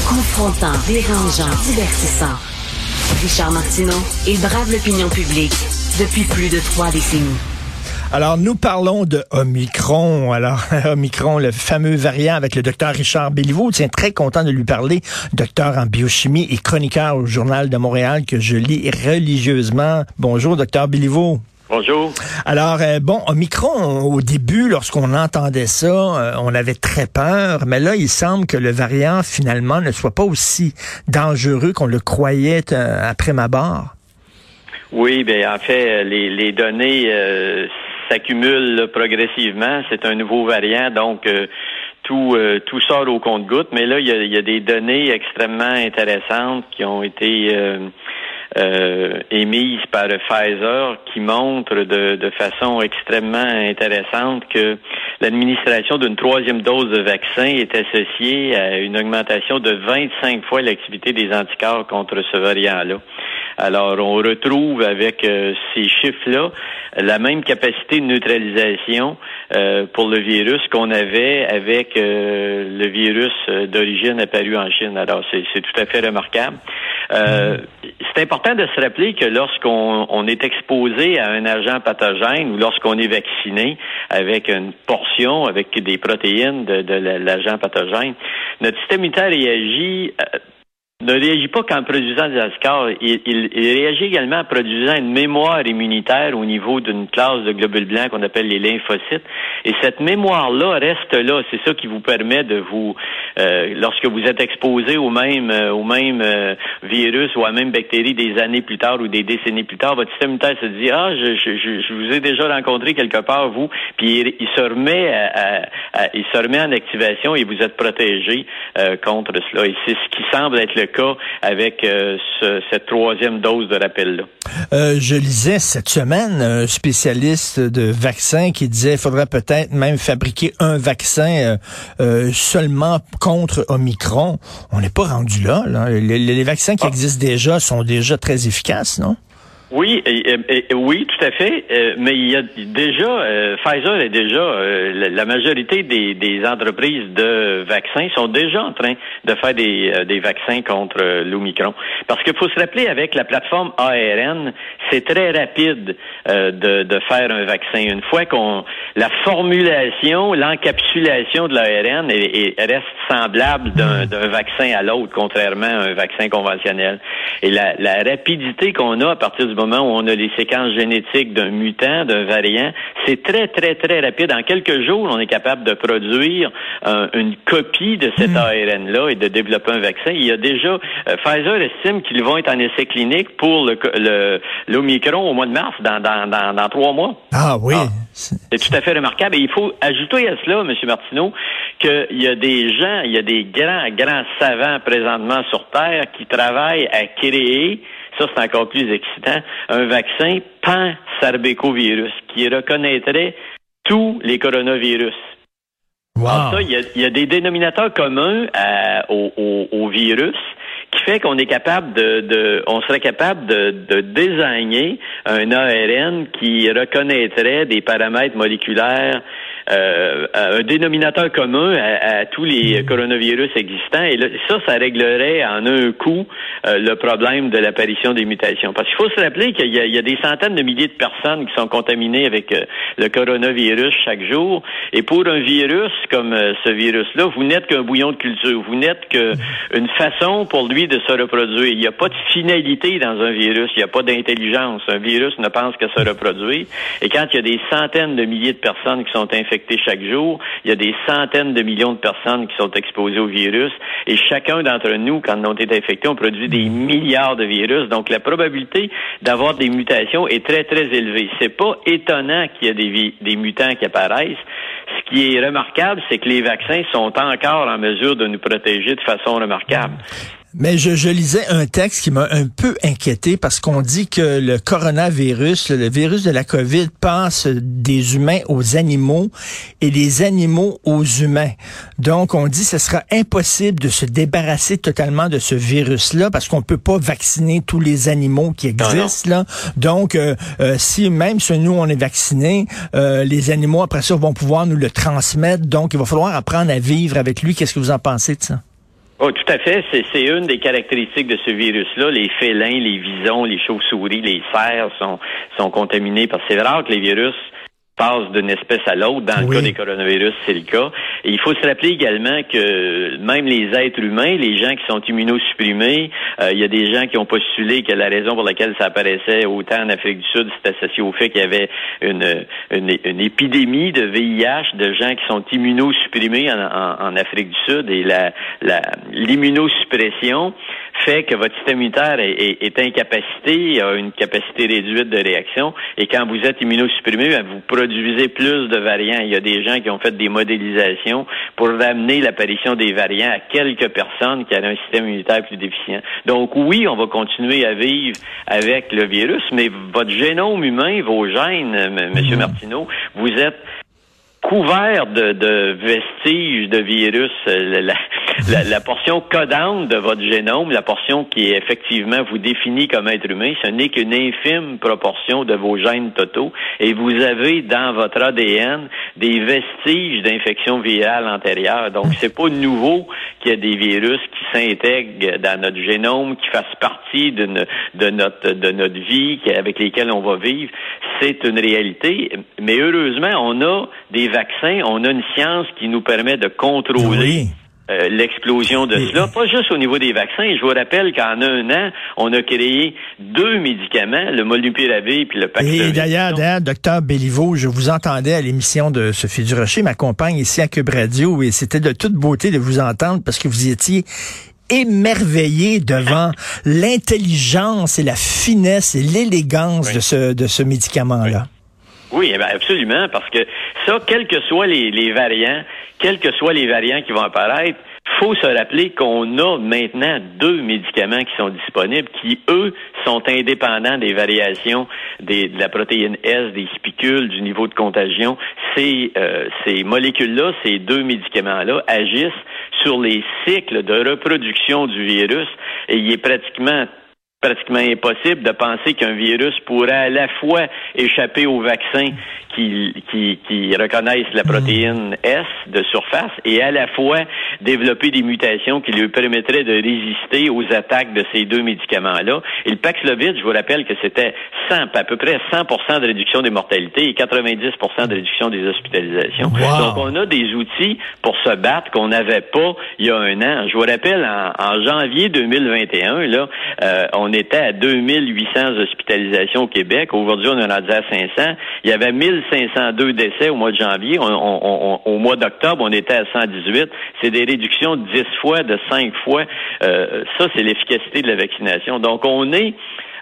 Confrontant, dérangeant, divertissant. Richard Martineau, il brave l'opinion publique depuis plus de 3 décennies. Alors, nous parlons de Omicron. Alors, Omicron, le fameux variant avec le docteur Richard Béliveau. Tiens, très content de lui parler. Docteur en biochimie et chroniqueur au Journal de Montréal que je lis religieusement. Bonjour, docteur Béliveau. Bonjour. Alors, Omicron, au début, lorsqu'on entendait ça, on avait très peur, mais là, il semble que le variant, finalement, ne soit pas aussi dangereux qu'on le croyait après ma barre. Oui, en fait, les données s'accumulent progressivement. C'est un nouveau variant, donc tout sort au compte-gouttes, mais là, il y a des données extrêmement intéressantes qui ont été émises par Pfizer qui montrent de façon extrêmement intéressante que l'administration d'une 3e dose de vaccin est associée à une augmentation de 25 fois l'activité des anticorps contre ce variant-là. Alors, on retrouve avec ces chiffres-là la même capacité de neutralisation pour le virus qu'on avait avec le virus d'origine apparu en Chine. Alors, c'est tout à fait remarquable. C'est important de se rappeler que lorsqu'on est exposé à un agent pathogène ou lorsqu'on est vacciné avec une portion, avec des protéines de l'agent pathogène, notre système immunitaire ne réagit pas qu'en produisant des anticorps, il réagit également en produisant une mémoire immunitaire au niveau d'une classe de globules blancs qu'on appelle les lymphocytes. Et cette mémoire-là reste là. C'est ça qui vous permet de vous, lorsque vous êtes exposé au même virus ou à la même bactérie des années plus tard ou des décennies plus tard, votre système immunitaire se dit je vous ai déjà rencontré quelque part vous, puis il se remet en activation et vous êtes protégé contre cela. Et c'est ce qui semble être le cas avec cette 3e dose de rappel-là. Je lisais cette semaine un spécialiste de vaccins qui disait qu'il faudrait peut-être même fabriquer un vaccin seulement contre Omicron. On n'est pas rendu là. Les vaccins qui existent déjà sont déjà très efficaces, non? Oui, oui, tout à fait. Mais il y a déjà, Pfizer est déjà, la majorité des entreprises de vaccins sont déjà en train de faire des vaccins contre l'Omicron. Parce qu'il faut se rappeler, avec la plateforme ARN, c'est très rapide de faire un vaccin. Une fois la formulation, l'encapsulation de l'ARN reste semblable d'un vaccin à l'autre, contrairement à un vaccin conventionnel. Et la rapidité qu'on a à partir du moment où on a les séquences génétiques d'un mutant, d'un variant, c'est très, très, très rapide. En quelques jours, on est capable de produire une copie de cet ARN-là et de développer un vaccin. Il y a déjà, Pfizer estime qu'ils vont être en essai clinique pour l'Omicron au mois de mars, dans 3 mois. Ah oui. C'est tout à fait remarquable. Et il faut ajouter à cela, M. Martineau, qu'il y a des gens, il y a des grands savants présentement sur Terre qui travaillent à créer, ça c'est encore plus excitant, un vaccin pan-sarbecovirus qui reconnaîtrait tous les coronavirus. Wow. Alors ça, il y a des dénominateurs communs au virus qui fait qu'on est capable on serait capable de désigner un ARN qui reconnaîtrait des paramètres moléculaires, un dénominateur commun à tous les coronavirus existants. Et là, ça réglerait en un coup le problème de l'apparition des mutations. Parce qu'il faut se rappeler qu'il y a des centaines de milliers de personnes qui sont contaminées avec le coronavirus chaque jour. Et pour un virus comme ce virus-là, vous n'êtes qu'un bouillon de culture. Vous n'êtes qu'une façon pour lui de se reproduire. Il n'y a pas de finalité dans un virus. Il n'y a pas d'intelligence. Un virus ne pense qu'à se reproduire. Et quand il y a des centaines de milliers de personnes qui sont infectées chaque jour, il y a des centaines de millions de personnes qui sont exposées au virus. Et chacun d'entre nous, quand on est infecté, on produit des milliards de virus. Donc, la probabilité d'avoir des mutations est très, très élevée. C'est pas étonnant qu'il y ait des mutants qui apparaissent. Ce qui est remarquable, c'est que les vaccins sont encore en mesure de nous protéger de façon remarquable. Mais je lisais un texte qui m'a un peu inquiété parce qu'on dit que le coronavirus, le virus de la COVID, passe des humains aux animaux et des animaux aux humains. Donc, on dit que ce sera impossible de se débarrasser totalement de ce virus-là parce qu'on peut pas vacciner tous les animaux qui existent, là. Donc, si nous, on est vaccinés, les animaux, après ça, vont pouvoir nous le transmettre. Donc, il va falloir apprendre à vivre avec lui. Qu'est-ce que vous en pensez de ça? Oh, tout à fait. C'est une des caractéristiques de ce virus-là. Les félins, les visons, les chauves-souris, les cerfs sont contaminés parce que c'est rare que les virus passent d'une espèce à l'autre. Dans le cas des coronavirus, c'est le cas. Et il faut se rappeler également que même les êtres humains, les gens qui sont immunosupprimés, il y a des gens qui ont postulé que la raison pour laquelle ça apparaissait autant en Afrique du Sud, c'est associé au fait qu'il y avait une épidémie de VIH, de gens qui sont immunosupprimés en Afrique du Sud. Et l'immunosuppression fait que votre système immunitaire est incapacité, a une capacité réduite de réaction. Et quand vous êtes immunosupprimé, vous produisez plus de variants. Il y a des gens qui ont fait des modélisations pour ramener l'apparition des variants à quelques personnes qui avaient un système immunitaire plus déficient. Donc oui, on va continuer à vivre avec le virus, mais votre génome humain, vos gènes, M. Martineau, vous êtes couvert de vestiges de virus. La portion codante de votre génome, la portion qui effectivement vous définit comme être humain, ce n'est qu'une infime proportion de vos gènes totaux. Et vous avez dans votre ADN des vestiges d'infection virale antérieure. Donc, c'est pas nouveau qu'il y a des virus qui s'intègrent dans notre génome, qui fassent partie de notre vie, avec lesquels on va vivre. C'est une réalité. Mais heureusement, on a des vaccins, on a une science qui nous permet de contrôler l'explosion de cela, pas juste au niveau des vaccins. Je vous rappelle qu'en un an, on a créé 2 médicaments, le Molnupiravir puis le Paxlovid. Et d'ailleurs, Dr Béliveau, je vous entendais à l'émission de Sophie Durocher, ma compagne ici à Cube Radio, et c'était de toute beauté de vous entendre parce que vous étiez émerveillé devant l'intelligence et la finesse et l'élégance de ce médicament-là. Oui, absolument, parce que ça, quels que soient les variants, qui vont apparaître, faut se rappeler qu'on a maintenant 2 médicaments qui sont disponibles, qui, eux, sont indépendants des variations de la protéine S, des spicules, du niveau de contagion. Ces molécules-là, ces 2 médicaments-là, agissent sur les cycles de reproduction du virus, et il est pratiquement impossible de penser qu'un virus pourrait à la fois échapper au vaccin qui reconnaissent la protéine S de surface et à la fois développer des mutations qui lui permettraient de résister aux attaques de ces 2 médicaments-là. Et le Paxlovid, je vous rappelle que c'était à peu près 100% de réduction des mortalités et 90% de réduction des hospitalisations. Wow. Donc, on a des outils pour se battre qu'on n'avait pas il y a un an. Je vous rappelle, en janvier 2021, là, on était à 2800 hospitalisations au Québec. Aujourd'hui, on est rendu à 500. Il y avait 1502 décès au mois de janvier. Au mois d'octobre, on était à 118. C'est des réductions de 10 fois, de 5 fois. Ça, c'est l'efficacité de la vaccination. Donc, on est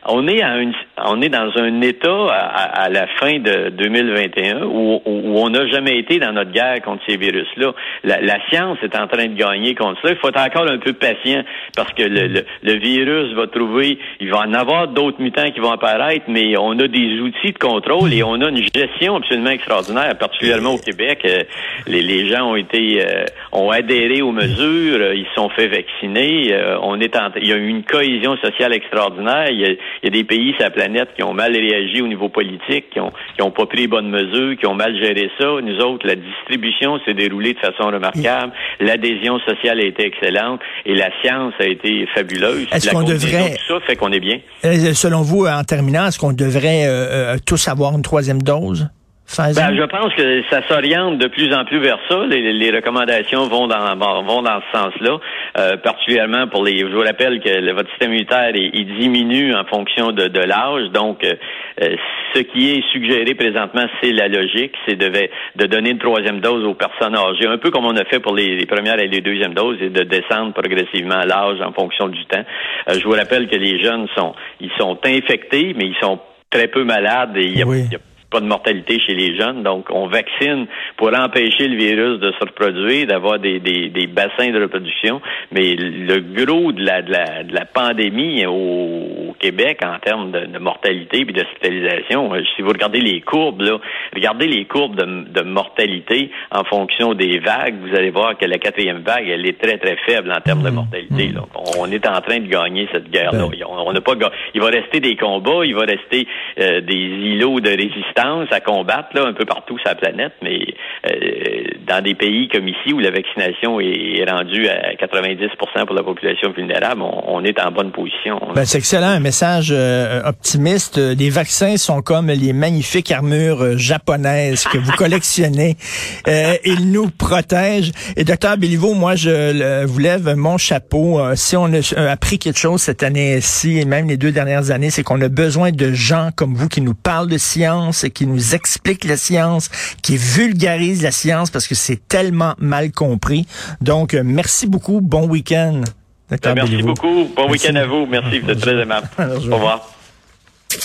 dans un état à la fin de 2021 où on n'a jamais été dans notre guerre contre ces virus-là. La science est en train de gagner contre ça. Il faut être encore un peu patient parce que le virus il va en avoir d'autres mutants qui vont apparaître, mais on a des outils de contrôle et on a une gestion absolument extraordinaire, particulièrement au Québec. Les gens ont adhéré aux mesures, ils se sont fait vacciner. Il y a eu une cohésion sociale extraordinaire. Il y a des pays sur la planète qui ont mal réagi au niveau politique, qui ont pas pris les bonnes mesures, qui ont mal géré ça. Nous autres, la distribution s'est déroulée de façon remarquable. L'adhésion sociale a été excellente et la science a été fabuleuse. Est-ce qu'on devrait... Tout ça fait qu'on est bien. Selon vous, en terminant, est-ce qu'on devrait tous avoir une 3e dose? Je pense que ça s'oriente de plus en plus vers ça. Les recommandations vont dans ce sens-là, particulièrement je vous rappelle que votre système immunitaire il diminue en fonction de l'âge. Donc, ce qui est suggéré présentement, c'est la logique, c'est de donner une 3e dose aux personnes âgées, un peu comme on a fait pour les premières et les 2e doses, et de descendre progressivement l'âge en fonction du temps. Je vous rappelle que les jeunes sont infectés, mais ils sont très peu malades et il y a pas de mortalité chez les jeunes, donc on vaccine pour empêcher le virus de se reproduire, d'avoir des bassins de reproduction, mais le gros de la pandémie au Québec en termes de mortalité et d'hospitalisation. Si vous regardez les courbes, là, regardez les courbes de mortalité en fonction des vagues, vous allez voir que la 4e vague, elle est très, très faible en termes de mortalité. Là. On est en train de gagner cette guerre-là. On n'a pas il va rester des combats, il va rester des îlots de résistance à combattre là, un peu partout sur la planète, mais dans des pays comme ici où la vaccination est rendue à 90% pour la population vulnérable, on est en bonne position. C'est excellent, un message optimiste. Les vaccins sont comme les magnifiques armures japonaises que vous collectionnez. Ils nous protègent. Et Dr Béliveau, moi, je vous lève mon chapeau. Si on a appris quelque chose cette année-ci, et même les 2 dernières années, c'est qu'on a besoin de gens comme vous qui nous parlent de science, qui nous expliquent la science, qui vulgarisent la science, parce que c'est tellement mal compris. Donc, merci beaucoup. Bon week-end, Dr. Merci Béliveau. beaucoup. Bon week-end à vous. Merci. Vous êtes très aimable. Au revoir.